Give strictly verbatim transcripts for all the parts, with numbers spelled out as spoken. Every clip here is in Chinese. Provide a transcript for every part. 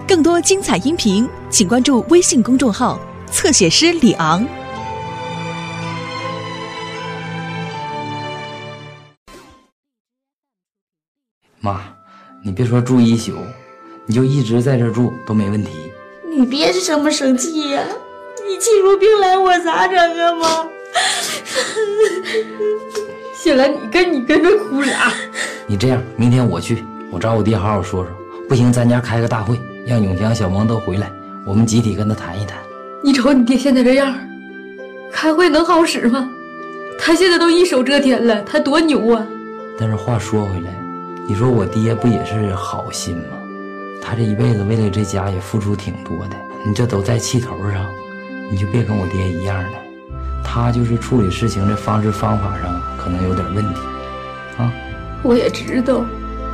更多精彩音频，请关注微信公众号“侧写师李昂”。 妈，你别说住一宿，你就一直在这住都没问题。 你别这么生气呀、啊！你气出病来，我咋整啊，妈？ 谢兰，你跟你跟着哭啥？ 你这样，明天我去，我找我爹好好说说。不行，咱家开个大会，让永强、小萌都回来，我们集体跟他谈一谈。 你瞅你爹现在这样，开会能好使吗？他现在都一手遮天了，他多牛啊！ 但是话说回来，你说我爹不也是好心吗？他这一辈子为了这家也付出挺多的，你这都在气头上，你就别跟我爹一样了。他就是处理事情的方式方法上可能有点问题啊。 我也知道，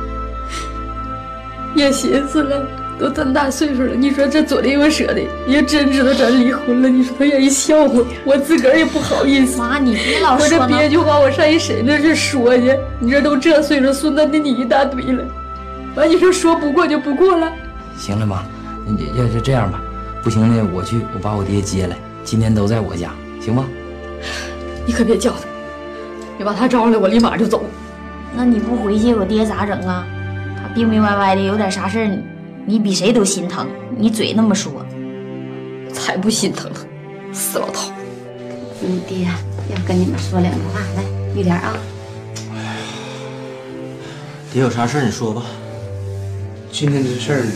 也寻思了，都这么大岁数了，你说这左邻右舍的也真知道咱离婚了，你说他愿意笑话我，自个儿也不好意思。 妈，你别老说我这憋屈话我上人谁那去说去？你这都这岁数，孙子的你一大堆了，完你说说不过就不过了。 行了妈，你要就这样吧，不行呢我去，我把我爹接来，今天都在我家，行吗？ 你可别叫他，你把他招来，我立马就走。 那你不回去，我爹咋整啊？他病病歪歪的，有点啥事儿，你你比谁都心疼，你嘴那么说， 才不心疼呢，死老头。 你爹要跟你们说两句话，来，玉莲啊。 哎呀，爹有啥事儿你说吧。 今天这事儿呢，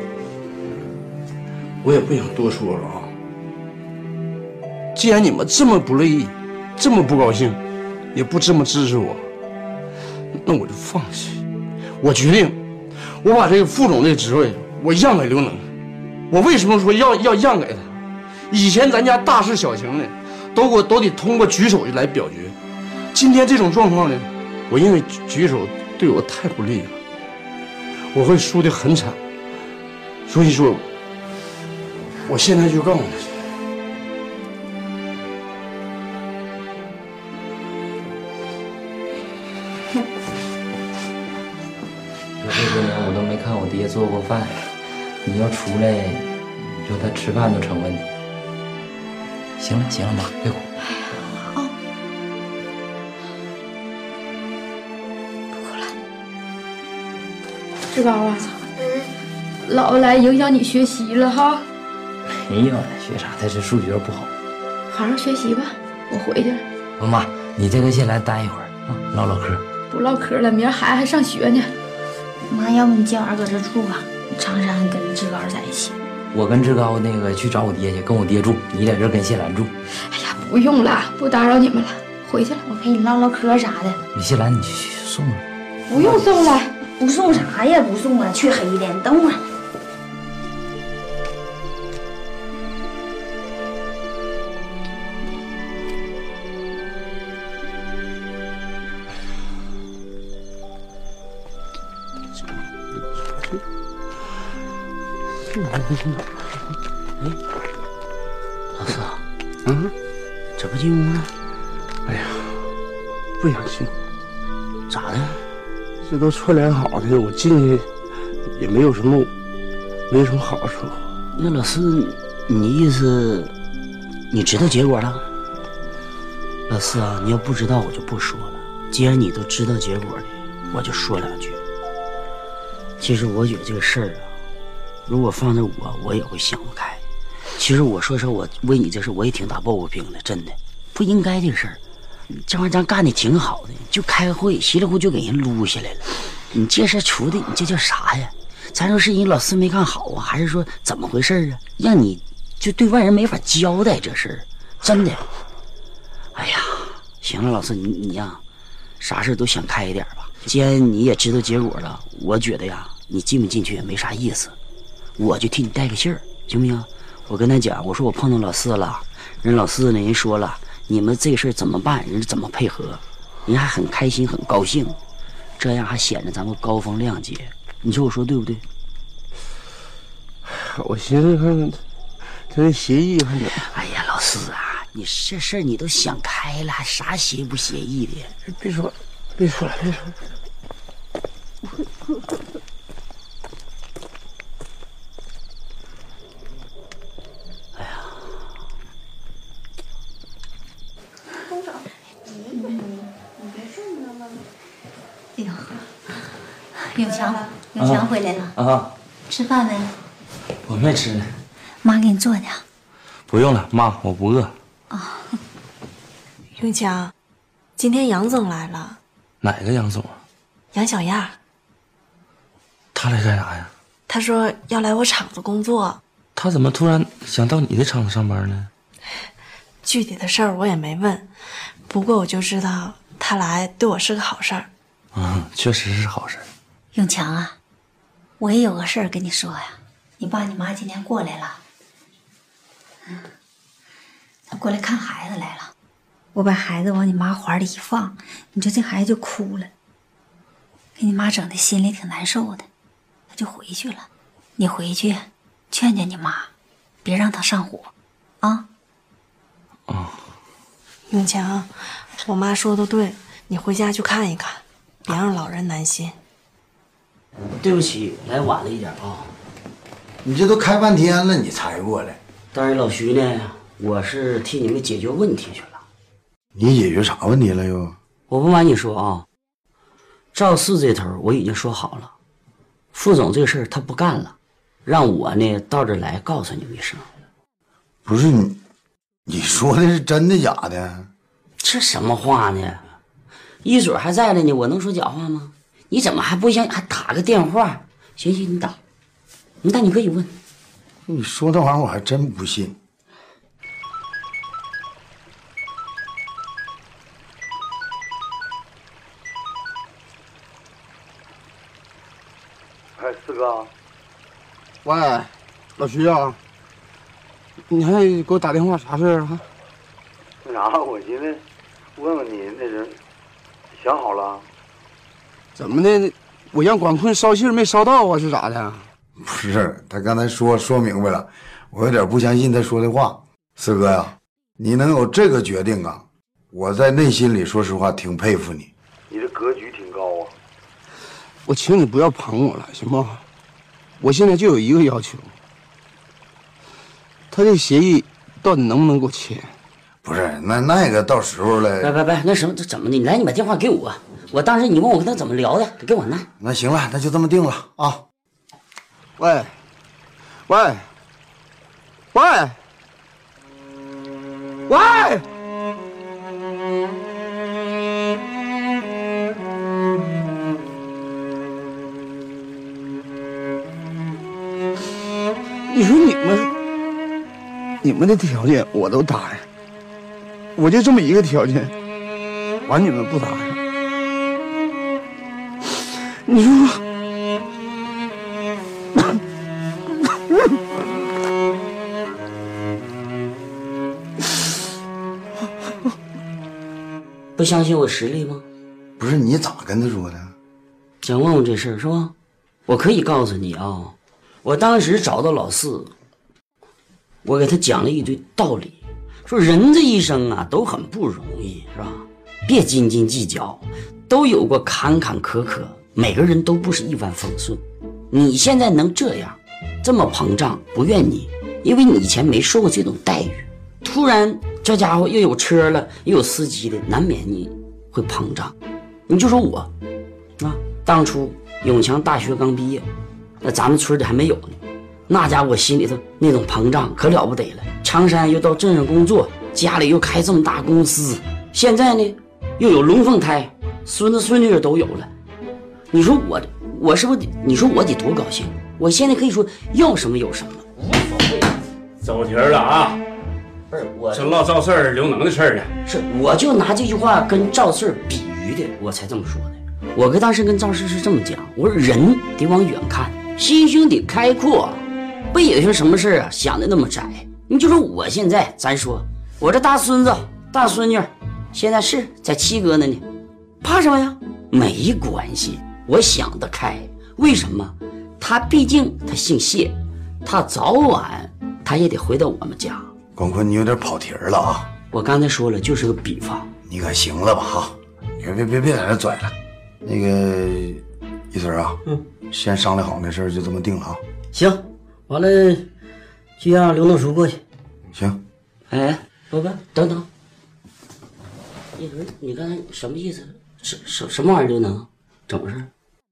我也不想多说了啊。既然你们这么不乐意，这么不高兴，也不这么支持我，那我就放弃。我决定，我把这个副总这个职位我让给刘能。我为什么说要要让给他？以前咱家大事小情呢，都我都得通过举手来表决。今天这种状况呢，我因为举手对我太不利了，我会输得很惨。所以说，我现在就告诉他去。 这些年我都没看我爹做过饭，你要出来，你说他吃饭都成问题。行了行了妈，别哭。 哦，不哭了。 志高啊，姥姥来影响你学习了哈？ 没有，学啥？他这数学不好。 好好学习吧，我回去了。 妈妈，你这个先来待一会儿啊，唠唠嗑。 不唠嗑了，明儿孩子还上学呢。 妈，要不你今晚搁这住吧，常常跟志高在一起。 我跟志高那个去找我爹去，跟我爹住，你在这跟谢兰住。 哎呀，不用了，不打扰你们了，回去了。 我陪你唠唠嗑啥的。 你谢兰，你去去送啊。 不用送了。 不送啥呀？不送啊，黢黑的。你等会儿。 哎，老四，嗯，这不进屋了？ 哎呀，不想进。 咋的？ 这都串联好的，我进去也没有什么，没有什么好处。 那老四，你意思，你知道结果了？老四啊，你要不知道我就不说了。既然你都知道结果了，我就说两句。其实我觉得这个事儿啊，如果放在我，我也会想不开。其实我说实话，我为你这事我也挺打抱不平的，真的不应该这个事儿。这玩意儿咱干的挺好的，就开会稀里糊涂就给人撸下来了。你这事出的，你这叫啥呀？咱说是人老四没干好啊，还是说怎么回事啊？让你就对外人没法交代这事儿，真的。哎呀，行了，老四，你你呀，啥事都想开一点吧。既然你也知道结果了，我觉得呀，你进不进去也没啥意思，我就替你带个信儿，行不行？我跟他讲，我说我碰到老四了，人老四呢，人说了，你们这事儿怎么办？人怎么配合？人还很开心，很高兴，这样还显得咱们高风亮节。你说我说对不对？ 我寻思看，他这协议还得…… 哎呀，老四啊，你这事儿你都想开了，还啥协不协议的？ 别说了，别说了，别说了。 永强，永强回来了啊！ 吃饭没？ 我没吃呢。 妈给你做的。 不用了，妈，我不饿。 啊。 永强，今天杨总来了。 哪个杨总啊？ 杨小亚。 他来干啥呀？ 他说要来我厂子工作。 他怎么突然想到你的厂子上班呢？ 具体的事儿我也没问，不过我就知道他来对我是个好事儿。 嗯，确实是好事。 永强啊，我也有个事儿跟你说呀。你爸你妈今天过来了，嗯，他过来看孩子来了。我把孩子往你妈怀里一放，你说这孩子就哭了，给你妈整的心里挺难受的，他就回去了。你回去劝劝你妈，别让她上火，啊。 哦， 永强，我妈说的对，你回家去看一看，别让老人担心。 对不起，来晚了一点啊。 你这都开半天了，你才过来。 但是老徐呢，我是替你们解决问题去了。 你解决啥问题了又？ 我不瞒你说啊，赵四这头我已经说好了，副总这个事儿他不干了，让我呢到这儿来告诉你们一声。 不是你，你说的是真的假的？ 这什么话呢？一嘴还在了呢，我能说假话吗？你怎么还不行？还打个电话？行行，你打，你打，你可以问。 你说这玩意儿我还真不信。 哎，四哥。 喂，老徐啊，你还给我打电话啥事儿啊？ 那啥，我寻思问问你，那人想好了？ 怎么的？我让管坤捎信没捎到啊？是咋的？ 不是，他刚才说说明白了，我有点不相信他说的话。四哥呀，你能有这个决定啊，我在内心里说实话挺佩服你。 你的格局挺高啊。 我请你不要捧我了，行吗？我现在就有一个要求，他这协议到底能不能给我签？ 不是，那那个到时候了。 别别别，那什么，这怎么的？你来，你把电话给我。我当时你问我跟他怎么聊的，给我拿。 那行了，那就这么定了啊。 喂，喂，喂，喂。你说你们，你们的条件我都答应，我就这么一个条件，完你们不答应，你说。 不相信我实力吗？ 不是，你咋跟他说的？ 想问问这事儿是吧？我可以告诉你啊，我当时找到老四，我给他讲了一堆道理，说人这一生啊都很不容易，是吧？别斤斤计较，都有过坎坎坷坷，每个人都不是一帆风顺。你现在能这样，这么膨胀，不怨你，因为你以前没受过这种待遇。突然这家伙又有车了，又有司机的，难免你会膨胀。你就说我啊，当初永强大学刚毕业，那咱们村里还没有呢，那家伙我心里头那种膨胀可了不得了。常山又到镇上工作，家里又开这么大公司，现在呢又有龙凤胎，孙子孙女都有了。你说我我是不是？你说我得多高兴？我现在可以说要什么有什么，无所谓。 走题了啊！ 不是我， 这唠赵四儿刘能的事儿呢。 是，我就拿这句话跟赵四儿比喻的，我才这么说的。我跟当时跟赵四是这么讲，我说人得往远看，心胸得开阔，不有些什么事啊想的那么窄。你就说我现在，咱说我这大孙子大孙女现在是在七哥那呢，怕什么呀？没关系，我想得开。为什么？他毕竟他姓谢，他早晚他也得回到我们家。 广坤，你有点跑题了啊！ 我刚才说了，就是个比方。 你可行了吧哈？别别别别在这拽了。那个一孙啊，嗯，先商量好那事儿，就这么定了啊。 行，完了就让刘能叔过去。 行。 哎，伯伯，等等。一孙，你刚才什么意思？什什什么玩意儿？刘能，怎么回事？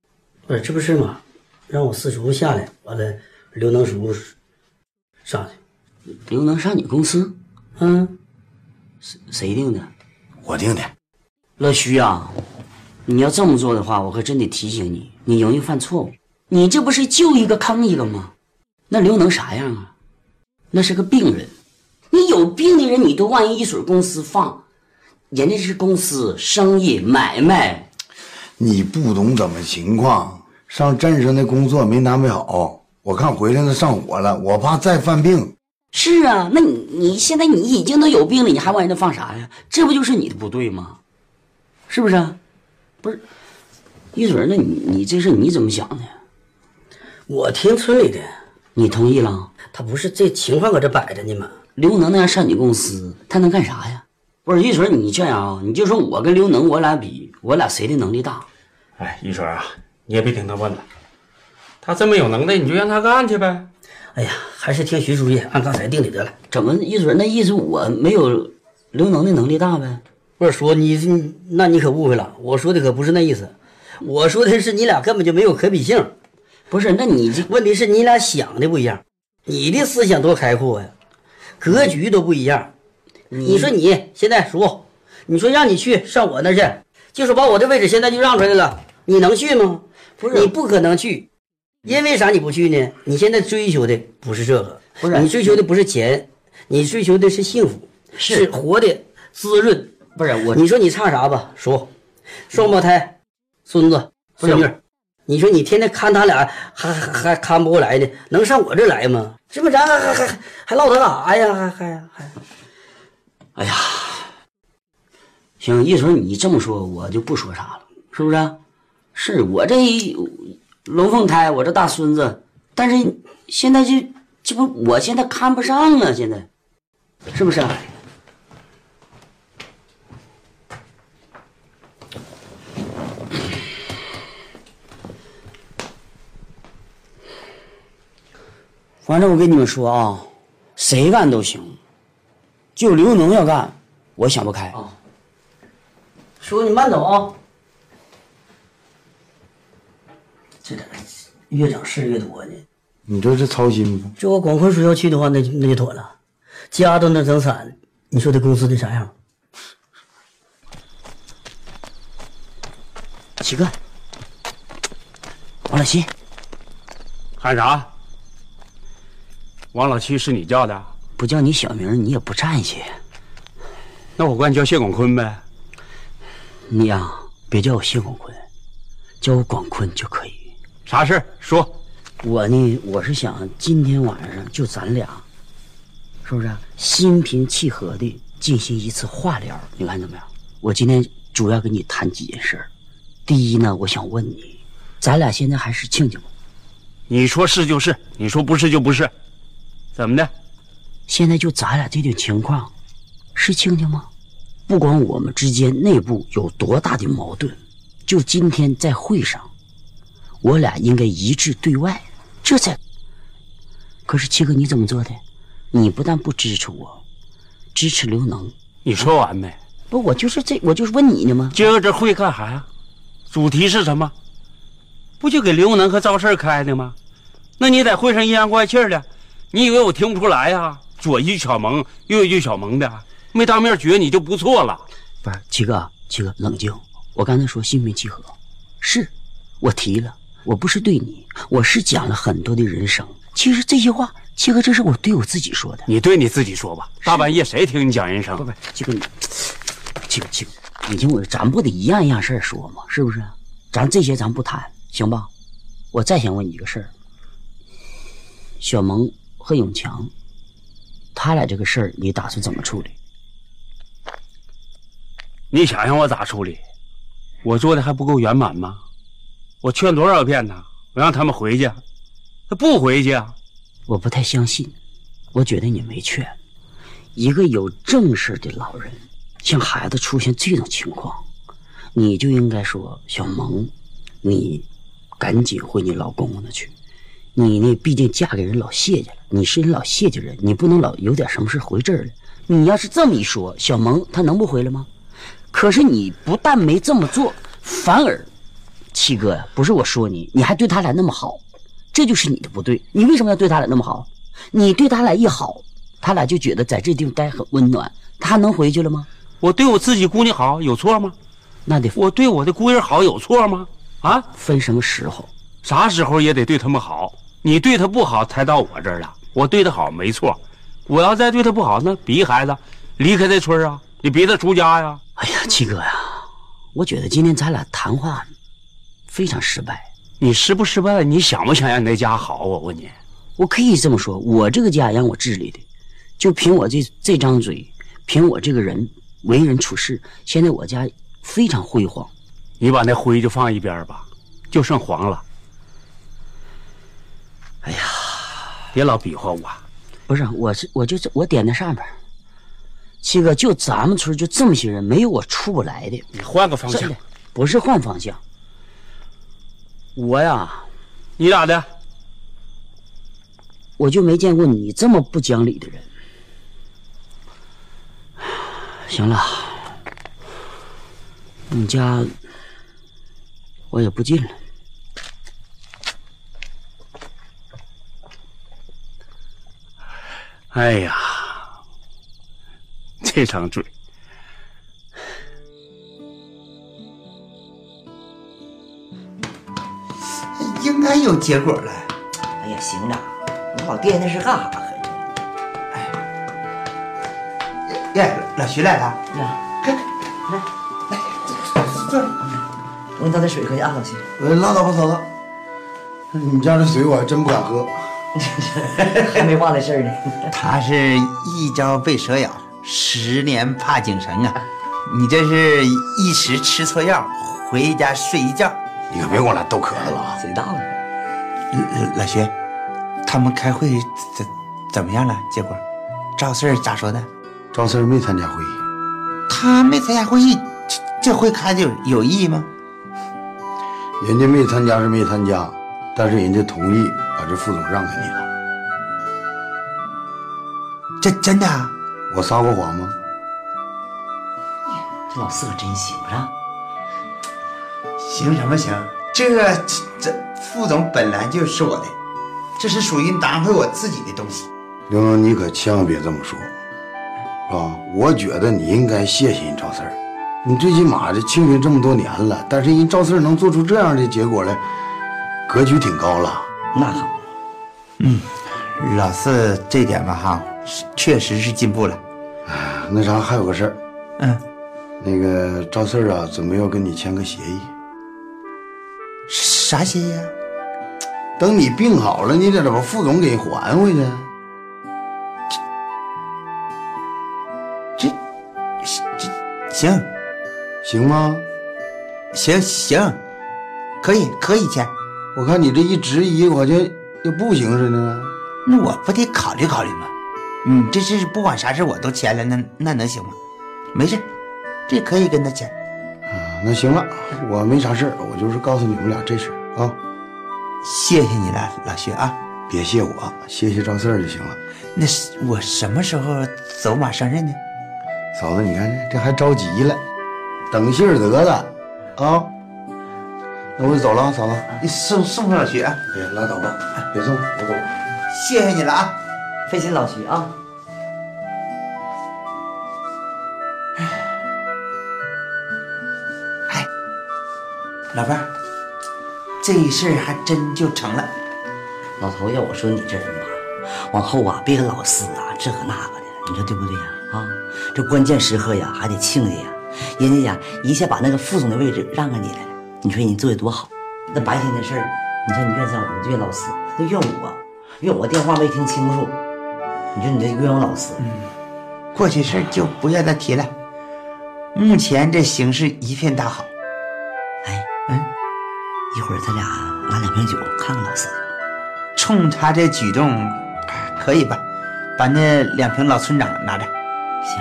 不是，这不是吗？让我四叔下来，完了刘能叔上去。刘能上你公司？嗯，谁谁定的？ 我定的。 乐须啊，你要这么做的话，我可真得提醒你，你容易犯错误。你这不是救一个坑一个吗？那刘能啥样啊？那是个病人，你有病的人，你都往一水公司放，人家是公司生意买卖。 你不懂怎么情况，上镇上的工作没安排好，我看回来了上火了，我怕再犯病。 是啊，那你你现在你已经都有病了，你还往人家放啥呀？这不就是你的不对吗？是不是啊？不是，一水，那你你这事你怎么想的？我听村里的，你同意了？他不是这情况搁这摆着呢吗？刘能那样上你公司，他能干啥呀？不是一水，你这样啊，你就说我跟刘能我俩比，我俩谁的能力大？ 哎，一水啊，你也别听他问了，他这么有能耐，你就让他干去呗。 哎呀，还是听徐书记按刚才定的得了。怎么一水那意思我没有刘能的能力大呗？不是说你，那你可误会了，我说的可不是那意思，我说的是你俩根本就没有可比性。不是，那你这问题是你俩想的不一样，你的思想多开阔呀，格局都不一样。你, 你说你现在叔，你说让你去上我那去，就是把我这位置现在就让出来了，你能去吗？不是，你不可能去，因为啥你不去呢？你现在追求的不是这个，不是你追求的不是钱，你追求的是幸福，是, 是活的滋润。不是我，你说你差啥吧，叔，双胞胎，孙子孙女。你说你天天看他俩还还还看不过来呢，能上我这来吗？是不是？咱还还还还唠他干啥呀？还还还，哎呀，行，一说你这么说，我就不说啥了，是不是？是我这龙凤胎，我这大孙子，但是现在就这不，我现在看不上啊，现在，是不是？反正我跟你们说啊，谁干都行，就刘能要干，我想不开。啊，叔，你慢走啊。这点越整事越多呢。 你这是操心不？ 这我广坤说要去的话，那那就妥了。家都能整散，你说这公司得啥样？七哥，王老七， 喊啥？王老七是你叫的？ 不叫你小名，你也不站下。 那我管你叫谢广坤呗。 你呀，别叫我谢广坤，叫我广坤就可以。 啥事说？ 我呢，我是想今天晚上就咱俩，是不是心平气和的进行一次化疗？你看怎么样？我今天主要跟你谈几件事。第一呢，我想问你，咱俩现在还是亲家吗？ 你说是就是，你说不是就不是。怎么的？ 现在就咱俩这种情况，是亲家吗？不管我们之间内部有多大的矛盾，就今天在会上，我俩应该一致对外，这才。可是七哥，你怎么做的？你不但不支持我，支持刘能。 你说完没？ 不，我就是这，我就是问你呢吗？ 今儿这会干啥呀？主题是什么？不就给刘能和赵四开的吗？那你在会上阴阳怪气的。你以为我听不出来呀？左一句小萌，右一句小萌的，没当面撅你就不错了。 不是，七哥，七哥，冷静。我刚才说心平气和，是我提了，我不是对你，我是讲了很多的人生。其实这些话，七哥，这是我对我自己说的。 你对你自己说吧，大半夜谁听你讲人生？ 不不，七哥，七哥，七哥，你听我，咱不得一样一样事儿说吗？是不是？咱这些咱不谈，行吧？我再想问你一个事儿，小萌和永强，他俩这个事儿，你打算怎么处理？ 你想让我咋处理？我做的还不够圆满吗？我劝多少遍呢？我让他们回去，他不回去啊！ 我不太相信，我觉得你没劝。一个有正事的老人，像孩子出现这种情况，你就应该说：小萌，你赶紧回你老公公那去。你呢，毕竟嫁给人老谢家了，你是人老谢家人，你不能老有点什么事回这儿来。你要是这么一说，小萌他能不回来吗？可是你不但没这么做，反而七哥呀，不是我说你，你还对他俩那么好，这就是你的不对。你为什么要对他俩那么好？你对他俩一好，他俩就觉得在这地方待很温暖，他还能回去了吗？ 我对我自己姑娘好有错吗？ 那得我对我的姑爷好有错吗？啊， 分什么时候？ 啥时候也得对他们好。你对他不好才到我这儿了，我对他好没错。我要再对他不好，那逼孩子离开这村啊，你逼他出家呀。 哎呀，七哥呀，我觉得今天咱俩谈话非常失败。 你失不失败？你想不想让你那家好？我问你， 我可以这么说，我这个家让我治理的，就凭我这这张嘴，凭我这个人为人处事，现在我家非常辉煌。 你把那灰就放一边吧，就剩黄了。 哎呀， 别老比划我。 不是，我是我就是我点在上边。七哥，就咱们村就这么些人，没有我出不来的。 你换个方向。 不是换方向。我呀， 你咋的？ 我就没见过你这么不讲理的人。行了，你家我也不进了。 哎呀，这张嘴。 应该有结果了。 哎呀，行长，你老惦记那是干啥？ 哎，耶，老徐来了。 呀， 快来来，坐。 我给你倒点水喝去啊，老徐。 呃，拉倒吧，嫂子。你家这水我还真不敢喝。 还没忘那事儿呢。 他是一朝被蛇咬，十年怕井绳啊！你这是一时吃错药，回家睡一觉。 你可别跟我俩逗咳嗽了啊！ 谁大了？ 老徐，他们开会怎怎么样了？结果，赵四咋说的？ 赵四没参加会议。 他没参加会议，这这会开的有有意义吗？ 人家没参加是没参加，但是人家同意把这副总让给你了。 这真的啊？ 我撒过谎吗？ 这老四可真行啊！ 行什么行？这这这副总本来就是我的，这是属于拿回我自己的东西。 刘能，你可千万别这么说啊！我觉得你应该谢谢人赵四儿，你最起码这青训这么多年了，但是人赵四儿能做出这样的结果来，格局挺高了。 那好， 嗯，老四这点吧哈，确实是进步了。 那啥，还有个事儿， 嗯， 那个赵四儿啊，准备要跟你签个协议。 啥协议啊？ 等你病好了，你得把副总给还回去。 这这行行吗？ 行行，可以可以签。 我看你这一质疑，好像又不行似的呢。 那我不得考虑考虑吗？你这是不管啥事我都签了，那那能行吗？没事，这可以跟他签。 啊，那行了，我没啥事，我就是告诉你们俩这事啊。 谢谢你了，老徐啊！ 别谢我，谢谢赵四儿就行了。 那是我什么时候走马上任呢？ 嫂子，你看这还着急了，等信儿得了啊。那我就走了，嫂子。 你送送送老徐啊！ 哎呀，拉倒吧，别送，我走。 谢谢你了啊！ 费心老徐啊！ 哎，老伴儿，这事儿还真就成了。 老头，要我说你这人吧，往后啊别跟老四啊这个那个的，你说对不对呀？啊，这关键时刻呀还得亲家呀，人家呀一下把那个副总的位置让给你来了，你说你做的多好。那白天的事儿，你说你怨上我，怨老四，都怨我，怨我电话没听清楚。你说你这冤枉老四。 嗯，过去事就不要再提了。目前这形势一片大好。 哎，嗯，一会儿咱俩拿两瓶酒看看老四。 冲他这举动，可以吧？把那两瓶老村长拿着。 行。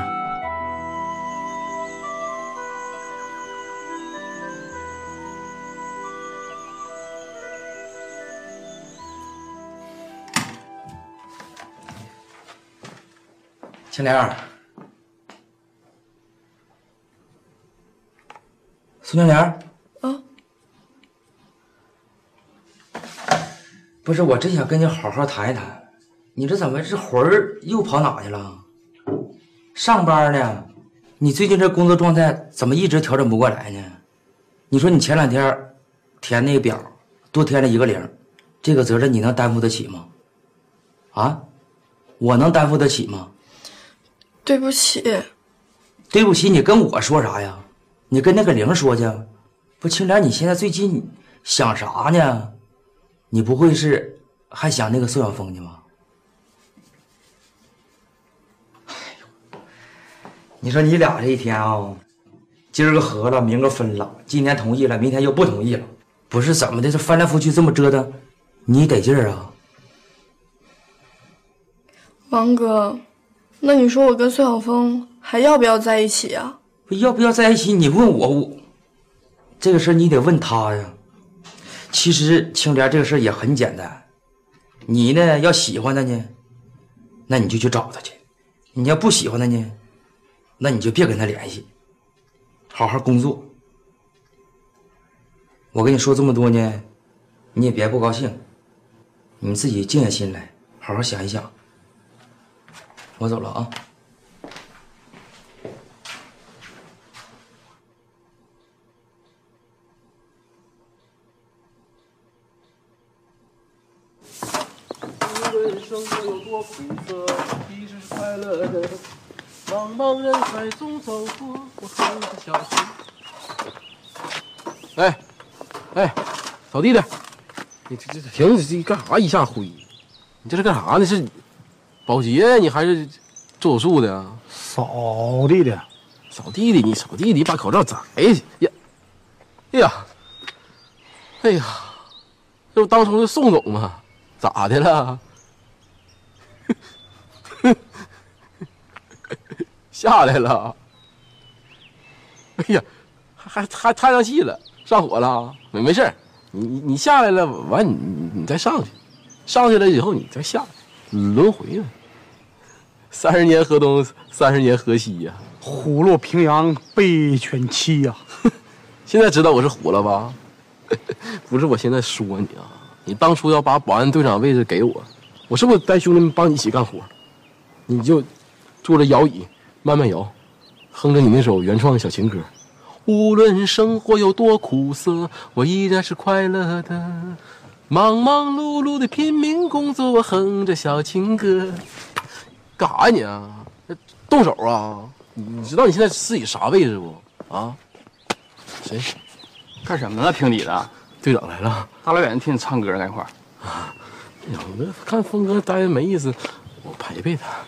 青莲，孙青莲， 啊， 不是，我真想跟你好好谈一谈。你这怎么这魂儿又跑哪去了？上班呢？你最近这工作状态怎么一直调整不过来呢？你说你前两天填那个表多填了一个零，这个责任你能担负得起吗？啊，我能担负得起吗？ 对不起。 对不起，你跟我说啥呀？你跟那个零说去。不，青莲，你现在最近想啥呢？你不会是还想那个宋晓峰呢吗？哎呦，你说你俩这一天啊、哦，今儿个合了，明个分了，今天同意了，明天又不同意了，不是怎么的？这翻来覆去这么折腾，你得劲儿啊！ 王哥，那你说我跟宋晓峰还要不要在一起啊？ 要不要在一起？你问我，我这个事儿你得问他呀。其实青莲这个事儿也很简单，你呢要喜欢他呢，那你就去找他去；你要不喜欢他呢，那你就别跟他联系，好好工作。我跟你说这么多呢，你也别不高兴，你自己静下心来，好好想一想。我走了啊。 生活有多苦涩，其实是快乐的。茫茫人海中走过，我哼着小溪。哎，哎，扫地的，你这这停！这干啥？一下灰，你这是干啥呢？是保洁？你还是做手术的？ 扫地的， 扫地的，你扫地的，把口罩摘去呀！哎呀，哎呀，这不当初是宋总吗？咋的了？下来了，哎呀，还还还太上气了，上火了。没没事，你你你下来了，完你你你再上去，上去了以后你再下来，轮回嘛。三十年河东，三十年河西呀、啊， 虎落平阳被犬欺呀、 啊。现在知道我是虎了吧？不是，我现在说你啊，你当初要把保安队长位置给我，我是不是带兄弟们帮你一起干活？你就坐着摇椅。慢慢摇，哼着你那首原创小情歌。无论生活有多苦涩，我依然是快乐的。忙忙碌碌的拼命工作，我哼着小情歌。干啥呀你啊？动手啊？你知道你现在自己啥位置不？啊？谁？ 干什么呢？评理的队长来了， 大老远听你唱歌那块儿。 哎呀，我看峰哥待着没意思，我陪陪他。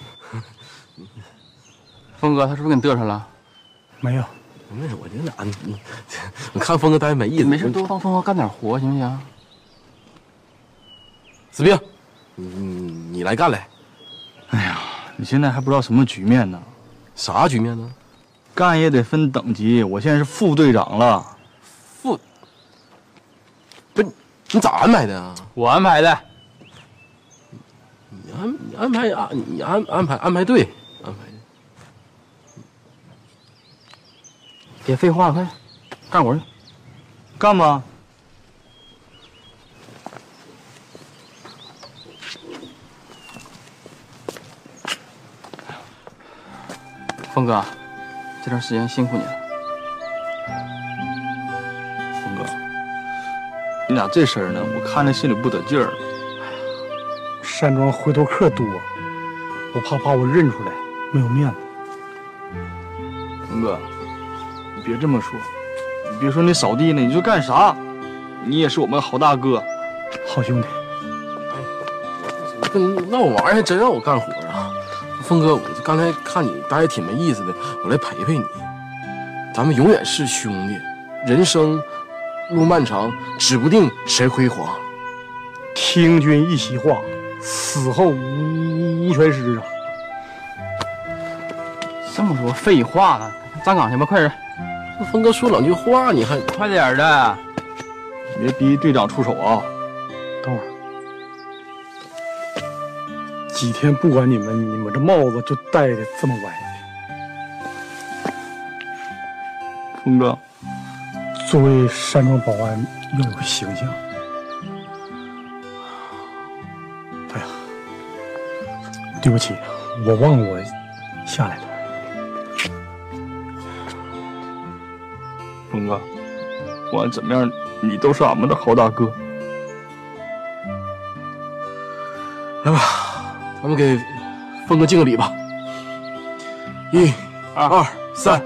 峰哥，他是不是给你嘚瑟了？ 没有， 没有，我这俩，你我看峰哥待没意思。 没事，多帮峰哥干点活，行不行？ 子兵，你你来干来。 哎呀，你现在还不知道什么局面呢？ 啥局面呢？ 干也得分等级，我现在是副队长了。 副？不是，你咋安排的啊？ 我安排的。 你安你安排啊？你安安排安排对，安排。 别废话了，快干活去！ 干吧。 峰哥，这段时间辛苦你了。峰哥，你俩这事儿呢，我看着心里不得劲儿。 山庄回头客多，我怕把我认出来，没有面子。 峰哥。别这么说，你别说你扫地呢，你就干啥，你也是我们好大哥， 好兄弟。 哎，那我玩意儿还真让我干活啊！峰哥，我刚才看你待着挺没意思的，我来陪陪你。咱们永远是兄弟，人生路漫长，指不定谁辉煌。 听君一席话，死后无全尸啊！ 这么说废话呢？站岗去吧，快点！ 峰哥说两句话，你还快点的，别逼队长出手啊！ 等会儿，几天不管你们，你们这帽子就戴的这么歪。 峰哥， 作为山庄保安要有形象。 对不起，我忘了我下来了。 峰哥，不管怎么样，你都是俺们的好大哥。 来吧，咱们给峰哥敬个礼吧。一、二、三。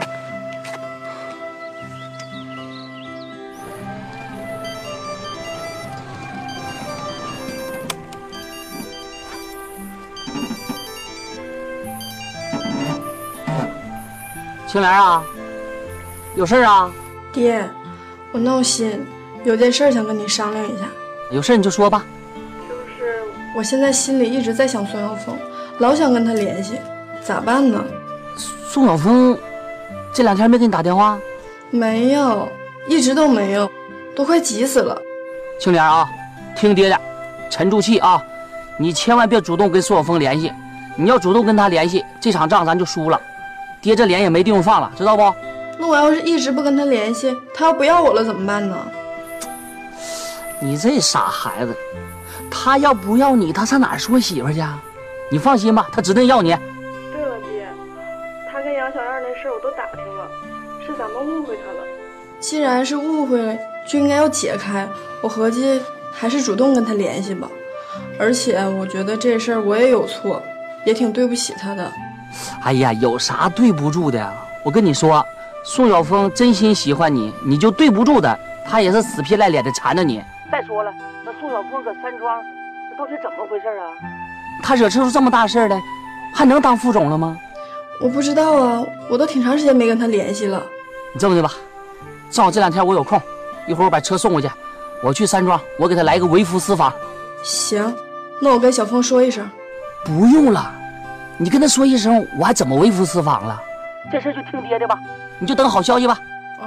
青莲啊，有事啊？ 爹，我闹心，有件事想跟你商量一下。 有事你就说吧。 就是我现在心里一直在想孙晓峰，老想跟他联系，咋办呢？ 宋晓峰这两天没给你打电话？ 没有，一直都没有，都快急死了。 青莲啊，听爹的，沉住气啊，你千万别主动跟宋晓峰联系，你要主动跟他联系，这场仗咱就输了。爹这脸也没地方放了，知道不？ 那我要是一直不跟他联系，他要不要我了怎么办呢？ 你这傻孩子，他要不要你，他上哪儿说媳妇去？你放心吧，他指定要你。 对了，爹，他跟杨小燕那事儿我都打听了，是咱们误会他了。既然是误会，就应该要解开。我合计还是主动跟他联系吧。而且我觉得这事儿我也有错，也挺对不起他的。 哎呀，有啥对不住的？我跟你说，宋晓峰真心喜欢你，你就对不住他，他也是死皮赖脸的缠着你。再说了，那宋晓峰搁山庄，这到底怎么回事啊？他惹出这么大事来，还能当副总了吗？ 我不知道啊，我都挺长时间没跟他联系了。 你这么的吧，正好这两天我有空，一会儿我把车送过去，我去山庄，我给他来个为夫私访。 行，那我跟小峰说一声。 不用了。你跟他说一声，我还怎么为夫私访了？这事就听爹的吧，你就等好消息吧。 嗯。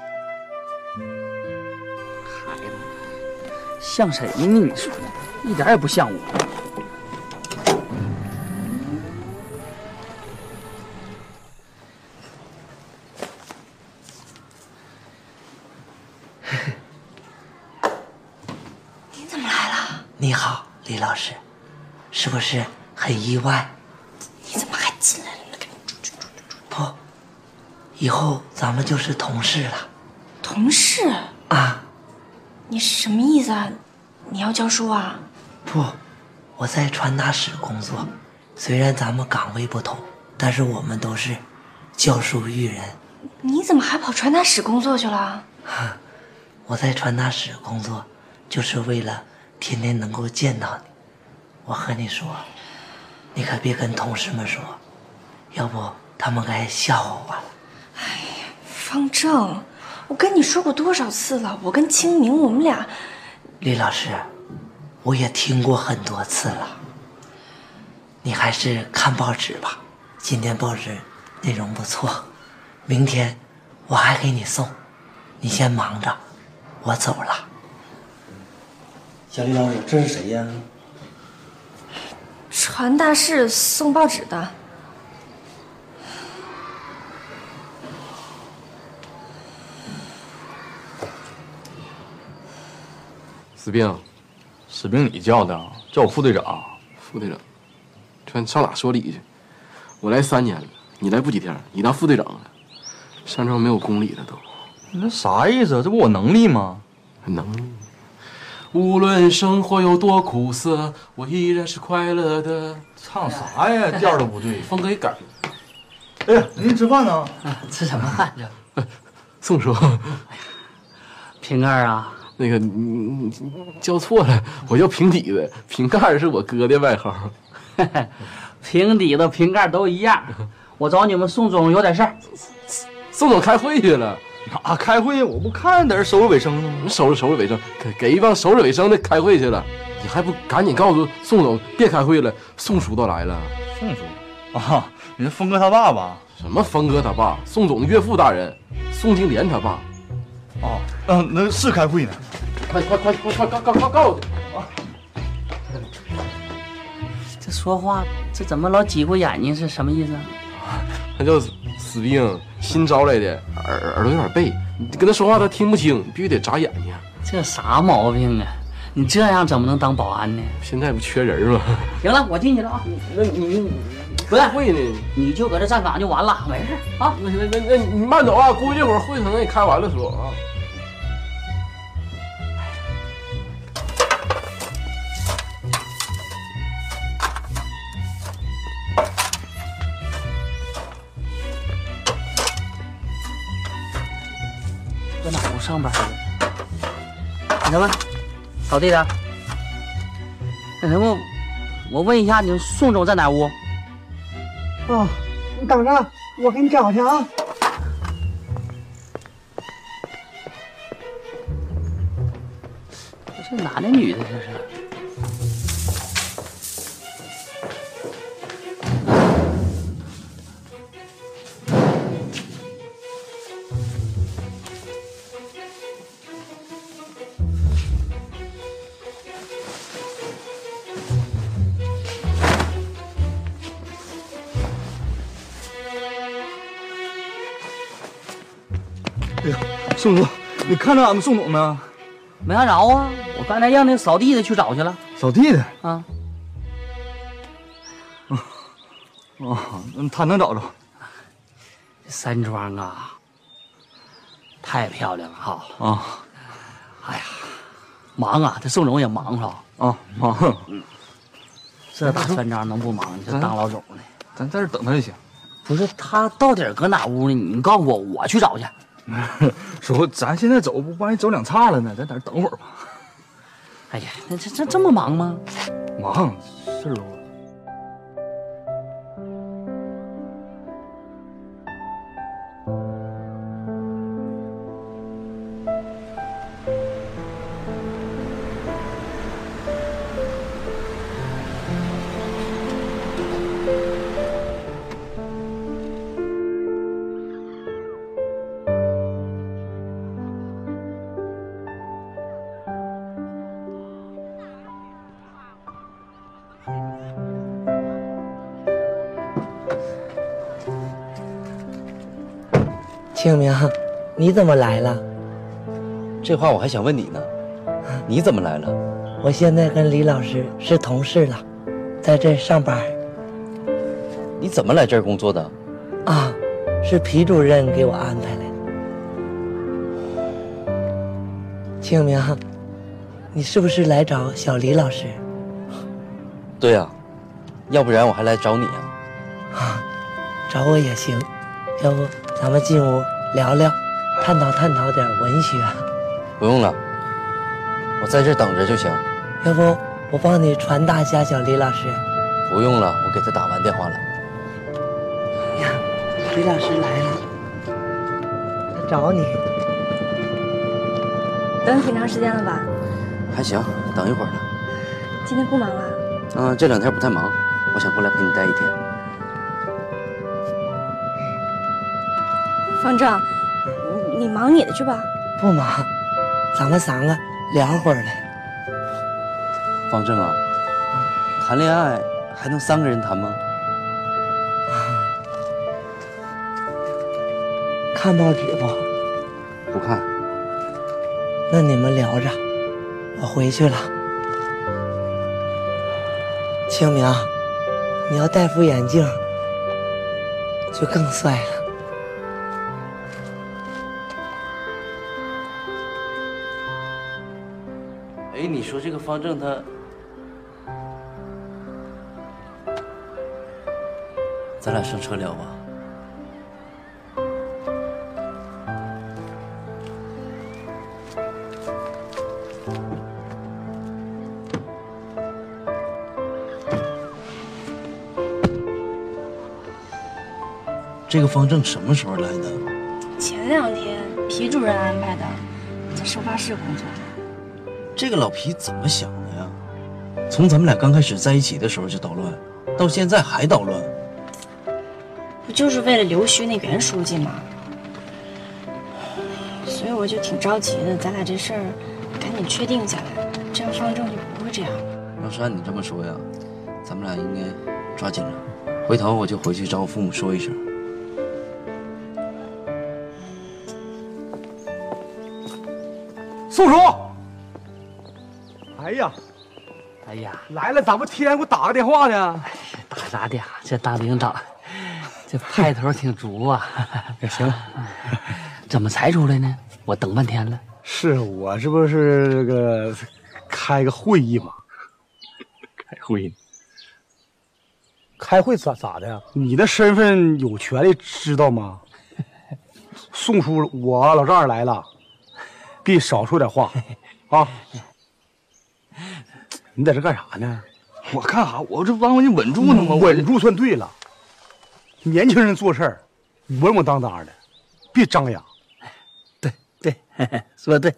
孩子，像谁呢？你说，一点也不像我。 你怎么来了？ 你好，李老师，是不是很意外？ 你怎么还进来了呢？ 不，以后咱们就是同事了。 同事啊？ 你什么意思啊？你要教书啊？ 不，我在传达室工作。虽然咱们岗位不同，但是我们都是教书育人。 你怎么还跑传达室工作去了？ 我在传达室工作，就是为了天天能够见到你。我和你说。你可别跟同事们说，要不他们该笑话我了。 哎呀，方正，我跟你说过多少次了，我跟清明我们俩…… 李老师，我也听过很多次了。你还是看报纸吧，今天报纸内容不错，明天我还给你送。你先忙着，我走了。 小李老师，这是谁呀？ 传达室送报纸的。 死兵， 死兵你叫的，叫我副队长。 副队长，全上哪说理去？我来三年了，你来不几天，你当副队长了。山庄没有公理了都。 你这啥意思？这不我能力吗？ 能力。无论生活有多苦涩，我依然是快乐的。 唱啥呀？调都不对， 风格也改了。 哎呀，您吃饭呢？ 啊、吃什么饭去？ 宋叔， 哎呀，瓶盖啊， 那个你你叫错了，我叫平底子，瓶盖是我哥的外号。 平底子、瓶盖都一样。我找你们宋总有点事儿。 宋总开会去了。 哪开会？我不看在这收拾卫生呢吗？ 收拾收拾卫生，给给一帮收拾卫生的开会去了。你还不赶紧告诉宋总别开会了？宋叔都来了。 宋叔啊，你是峰哥他爸爸？ 什么峰哥他爸？宋总的岳父大人，宋金莲他爸。 哦，嗯，那是开会呢。 快快快快快告告告告诉啊！ 这说话这怎么老挤过眼睛？是什么意思？ 他叫死兵，新招来的，耳耳朵有点背，你跟他说话他听不清，必须得眨眼睛。 这啥毛病啊？ 你这样怎么能当保安呢？ 现在不缺人吗？ 行了，我进去了啊。 那你不是会呢？ 你就搁这站岗就完了，没事啊。 那那那那你慢走啊，估计这会儿会可能也开完了说啊。 搁哪屋上班去？那什么，扫地的。那什么，我问一下，你宋总在哪屋？ 哦，你等着，我给你找去啊。 这男的女的这是？ 哎呀，宋总，你看着俺们宋总没？ 没看着啊，我刚才让那扫地的去找去了。 扫地的啊？ 哦，嗯，他能找着。 山庄啊，太漂亮了哈！ 啊， 哎呀，忙啊，这宋总也忙哈。 啊，忙。 嗯，这大山庄能不忙？你这当老总的， 咱在这等他就行。 不是他到底搁哪屋呢？你告诉我，我去找去。 说咱现在走不万一走两岔了呢？咱在这等会儿吧。 哎呀，那这这这么忙吗？ 忙，事儿多。 清明，你怎么来了？ 这话我还想问你呢，你怎么来了？ 我现在跟李老师是同事了，在这上班。 你怎么来这儿工作的？ 啊，是皮主任给我安排来的。清明，你是不是来找小李老师？ 对呀、啊，要不然我还来找你啊。 啊，找我也行，要不咱们进屋聊聊，探讨探讨点文学。 不用了，我在这等着就行。 要不我帮你传达一下小李老师。 不用了，我给他打完电话了。 呀，李老师来了，他找你。 等你挺长时间了吧？ 还行，等一会儿呢。 今天不忙啊？ 嗯，这两天不太忙，我想过来陪你待一天。 方正，你忙你的去吧。 不忙，咱们三个聊会儿来。 方正啊，谈恋爱还能三个人谈吗？ 看报纸不？ 不看。 那你们聊着，我回去了。清明，你要戴副眼镜，就更帅了。 哎，你说这个方正他，咱俩上车聊吧。这个方正什么时候来的？ 前两天皮主任安排的，在收发室工作。 这个老皮怎么想的呀？从咱们俩刚开始在一起的时候就捣乱，到现在还捣乱。 不就是为了留须那袁书记吗？所以我就挺着急的，咱俩这事儿赶紧确定下来，这样方正就不会这样。 要是按你这么说呀，咱们俩应该抓紧了。回头我就回去找我父母说一声。 宋叔，哎呀， 哎呀， 来了，咋不提前给我打个电话呢？ 打啥的？这大领导，这派头挺足啊。 行了， 怎么才出来呢？我等半天了。 是我这不是这个开个会议嘛？ 开会呢？ 开会咋咋的呀？你的身份有权利知道吗？宋叔，我老丈人来了，别少说点话啊！你在这干啥呢？ 我干啥？我这帮你稳住呢吗？ 稳住算对了。年轻人做事儿稳稳当当的，别张扬。 对对，说对。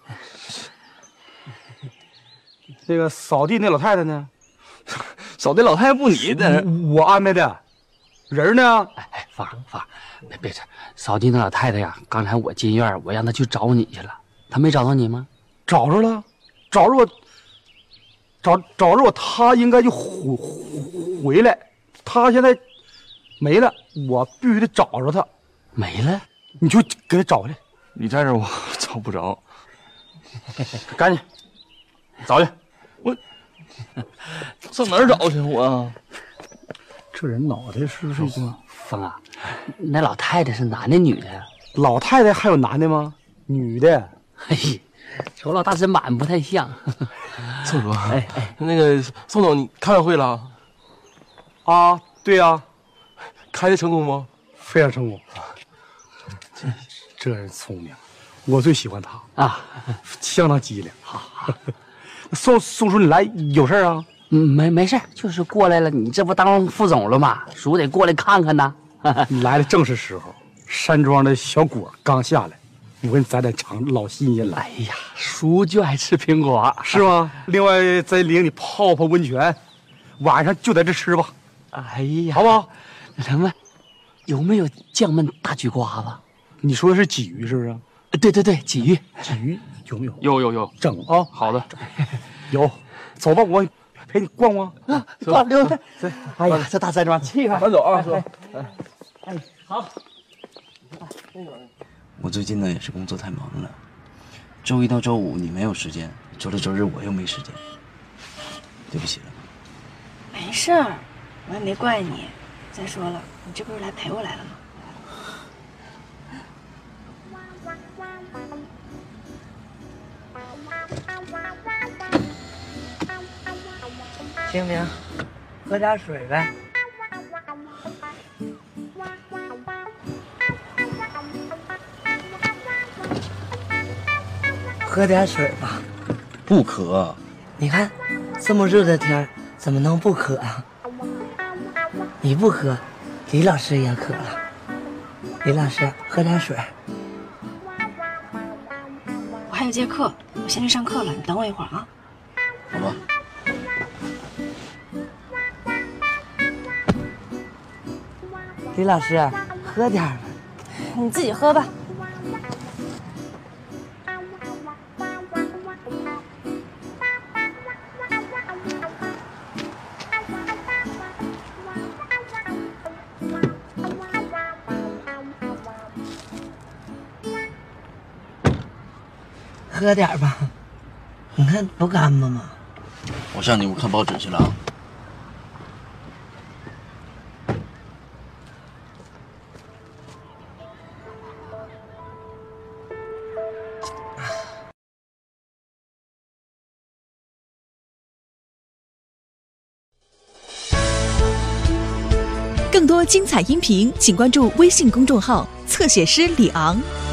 那个扫地那老太太呢？ 扫地老太太不你的， 我安排的。人呢？ 哎哎，芳芳，别别这扫地那老太太呀！刚才我进院，我让她去找你去了，她没找到你吗？ 找着了，找着我，找找着我，她应该就回回来。她现在没了，我必须得找着她。 没了， 你就给她找回来。 你在这我找不着，赶紧找去。我上哪儿找去？我这人脑袋是不是？ 峰啊，那老太太是男的女的呀？ 老太太还有男的吗？女的。 嘿，瞅老大身板不太像。 宋叔，哎哎，那个宋总，你开完会了？ 啊，对呀、啊， 开的成功吗？ 非常成功。这这人聪明，我最喜欢他啊， 相当机灵。好，宋宋叔，你来有事啊？ 嗯，没没事，就是过来了。你这不当副总了吗？叔得过来看看呐。 来的正是时候，山庄的小果刚下来，我给你摘点尝，老新鲜了。 哎呀，叔就爱吃苹果， 是吗？另外再领你泡泡温泉，晚上就在这吃吧。 哎呀， 好不好？ 什么？有没有酱焖大菊瓜子？ 你说的是鲫鱼是不是？ 对对对，鲫鱼， 鲫鱼有没有？ 有有有， 整啊！ 好的， 有。走吧，我陪你逛逛啊！逛溜达。哎呀，这大山庄气派。 慢走啊，哥。 哎，哎，好。 我最近呢也是工作太忙了，周一到周五你没有时间，周六周日我又没时间，对不起了。 没事儿，我也没怪你。再说了，你这不是来陪我来了吗？ 清明，喝点水呗。喝点水吧。 不渴。 你看，这么热的天，怎么能不渴啊？你不渴，李老师也渴了。李老师，喝点水。 我还有节课，我先去上课了，你等我一会儿啊。 好吧。 李老师，喝点吧。 你自己喝吧。 喝点吧，你看不干巴吗？ 我上你屋看报纸去了啊。 更多精彩音频，请关注微信公众号“侧写师李昂”。